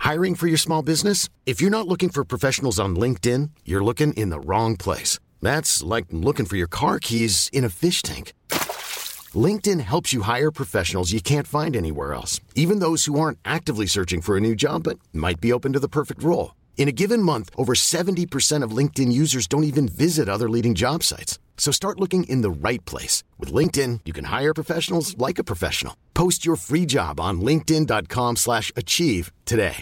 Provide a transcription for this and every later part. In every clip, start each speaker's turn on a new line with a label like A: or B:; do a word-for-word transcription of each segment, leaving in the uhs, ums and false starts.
A: Hiring for your small business? If you're not looking for professionals on LinkedIn, you're looking in the wrong place. That's like looking for your car keys in a fish tank. LinkedIn helps you hire professionals you can't find anywhere else, even those who aren't actively searching for a new job but might be open to the perfect role. In a given month, over seventy percent of LinkedIn users don't even visit other leading job sites. So start looking in the right place. With LinkedIn, you can hire professionals like a professional. Post your free job on linkedin.com slash achieve today.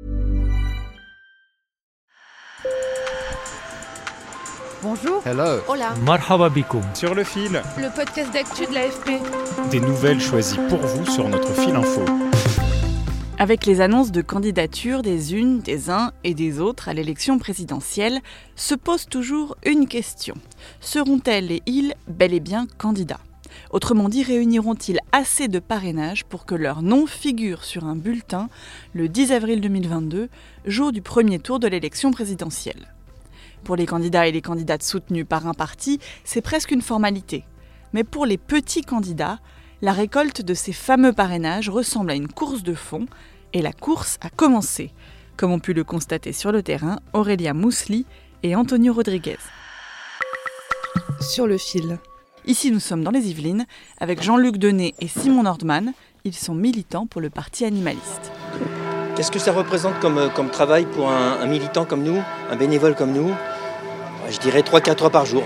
B: Bonjour.
C: Hello.
B: Hola.
D: Marhaba bikoum.
E: Sur le fil.
B: Le podcast d'actu de l'A F P.
E: Des nouvelles choisies pour vous sur notre fil info.
F: Avec les annonces de candidature des unes, des uns et des autres à l'élection présidentielle, se pose toujours une question. Seront-elles et ils bel et bien candidats ? Autrement dit, réuniront-ils assez de parrainages pour que leur nom figure sur un bulletin le dix avril deux mille vingt-deux, jour du premier tour de l'élection présidentielle ? Pour les candidats et les candidates soutenus par un parti, c'est presque une formalité. Mais pour les petits candidats, la récolte de ces fameux parrainages ressemble à une course de fond, et la course a commencé, comme ont pu le constater sur le terrain Aurélia Mousli et Antonio Rodriguez.
B: Sur le fil.
F: Ici, nous sommes dans les Yvelines, avec Jean-Luc Denet et Simon Nordman. Ils sont militants pour le parti animaliste.
G: Qu'est-ce que ça représente comme, comme travail pour un, un militant comme nous, un bénévole comme nous ? Je dirais trois à quatre heures par jour.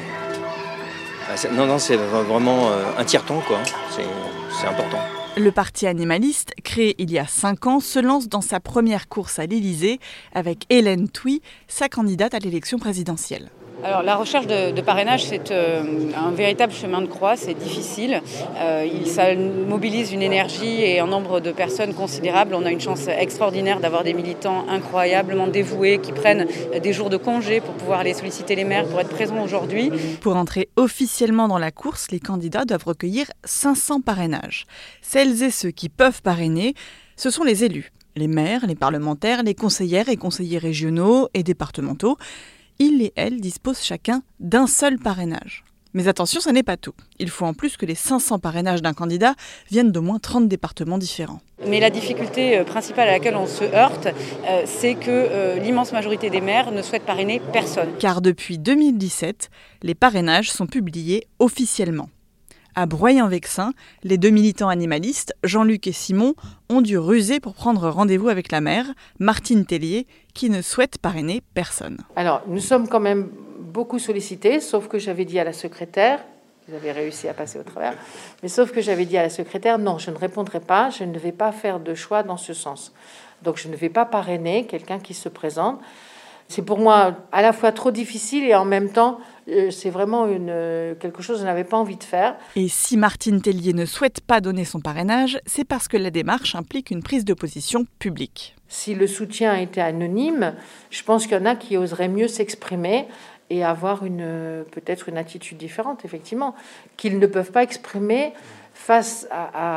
G: Non, non, c'est vraiment un tiers-temps, quoi. C'est, c'est important.
F: Le parti animaliste, créé il y a cinq ans, se lance dans sa première course à l'Élysée avec Hélène Touy, sa candidate à l'élection présidentielle.
H: Alors la recherche de, de parrainage, c'est euh, un véritable chemin de croix, c'est difficile. Euh, il, ça mobilise une énergie et un nombre de personnes considérables. On a une chance extraordinaire d'avoir des militants incroyablement dévoués qui prennent des jours de congé pour pouvoir aller solliciter les maires pour être présents aujourd'hui.
F: Pour entrer officiellement dans la course, les candidats doivent recueillir cinq cents parrainages. Celles et ceux qui peuvent parrainer, ce sont les élus. Les maires, les parlementaires, les conseillères et conseillers régionaux et départementaux. Ils et elles disposent chacun d'un seul parrainage. Mais attention, ça n'est pas tout. Il faut en plus que les cinq cents parrainages d'un candidat viennent d'au moins trente départements différents.
H: Mais la difficulté principale à laquelle on se heurte, euh, c'est que euh, l'immense majorité des maires ne souhaitent parrainer personne.
F: Car depuis deux mille dix-sept, les parrainages sont publiés officiellement. À Broye-en-Vexin, les deux militants animalistes, Jean-Luc et Simon, ont dû ruser pour prendre rendez-vous avec la maire, Martine Tellier, qui ne souhaite parrainer personne.
I: Alors, nous sommes quand même beaucoup sollicités, sauf que j'avais dit à la secrétaire, vous avez réussi à passer au travers, mais sauf que j'avais dit à la secrétaire, non, je ne répondrai pas, je ne vais pas faire de choix dans ce sens. Donc, je ne vais pas parrainer quelqu'un qui se présente. C'est pour moi à la fois trop difficile et en même temps, euh, c'est vraiment une, euh, quelque chose que je n'avais pas envie de faire.
F: Et si Martine Tellier ne souhaite pas donner son parrainage, c'est parce que la démarche implique une prise de position publique.
I: Si le soutien était anonyme, je pense qu'il y en a qui oseraient mieux s'exprimer et avoir une, peut-être une attitude différente, effectivement, qu'ils ne peuvent pas exprimer face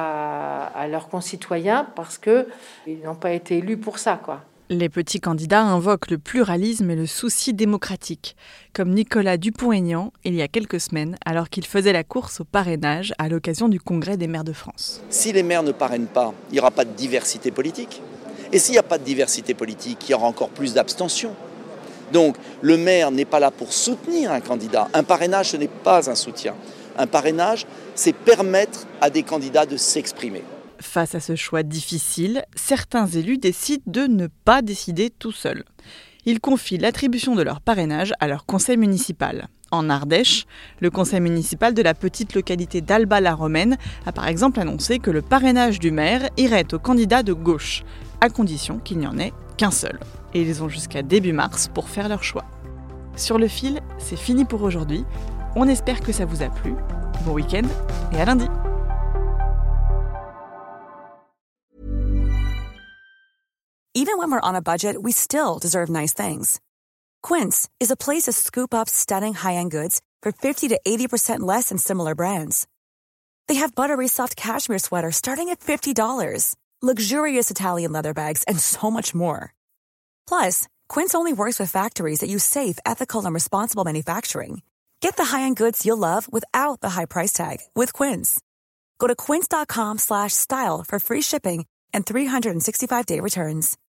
I: à, à, à leurs concitoyens parce qu'ils n'ont pas été élus pour ça, quoi.
F: Les petits candidats invoquent le pluralisme et le souci démocratique, comme Nicolas Dupont-Aignan il y a quelques semaines, alors qu'il faisait la course au parrainage à l'occasion du Congrès des maires de France.
J: Si les maires ne parrainent pas, il n'y aura pas de diversité politique. Et s'il n'y a pas de diversité politique, il y aura encore plus d'abstention. Donc le maire n'est pas là pour soutenir un candidat. Un parrainage, ce n'est pas un soutien. Un parrainage, c'est permettre à des candidats de s'exprimer.
F: Face à ce choix difficile, certains élus décident de ne pas décider tout seuls. Ils confient l'attribution de leur parrainage à leur conseil municipal. En Ardèche, le conseil municipal de la petite localité d'Alba-la-Romaine a par exemple annoncé que le parrainage du maire irait aux candidats de gauche, à condition qu'il n'y en ait qu'un seul. Et ils ont jusqu'à début mars pour faire leur choix. Sur le fil, c'est fini pour aujourd'hui. On espère que ça vous a plu. Bon week-end et à lundi.
K: Even when we're on a budget, we still deserve nice things. Quince is a place to scoop up stunning high-end goods for fifty to eighty percent less than similar brands. They have buttery soft cashmere sweaters starting at fifty dollars, luxurious Italian leather bags, and so much more. Plus, Quince only works with factories that use safe, ethical, and responsible manufacturing. Get the high-end goods you'll love without the high price tag with Quince. Go to quince.com slash style for free shipping and three sixty-five day returns.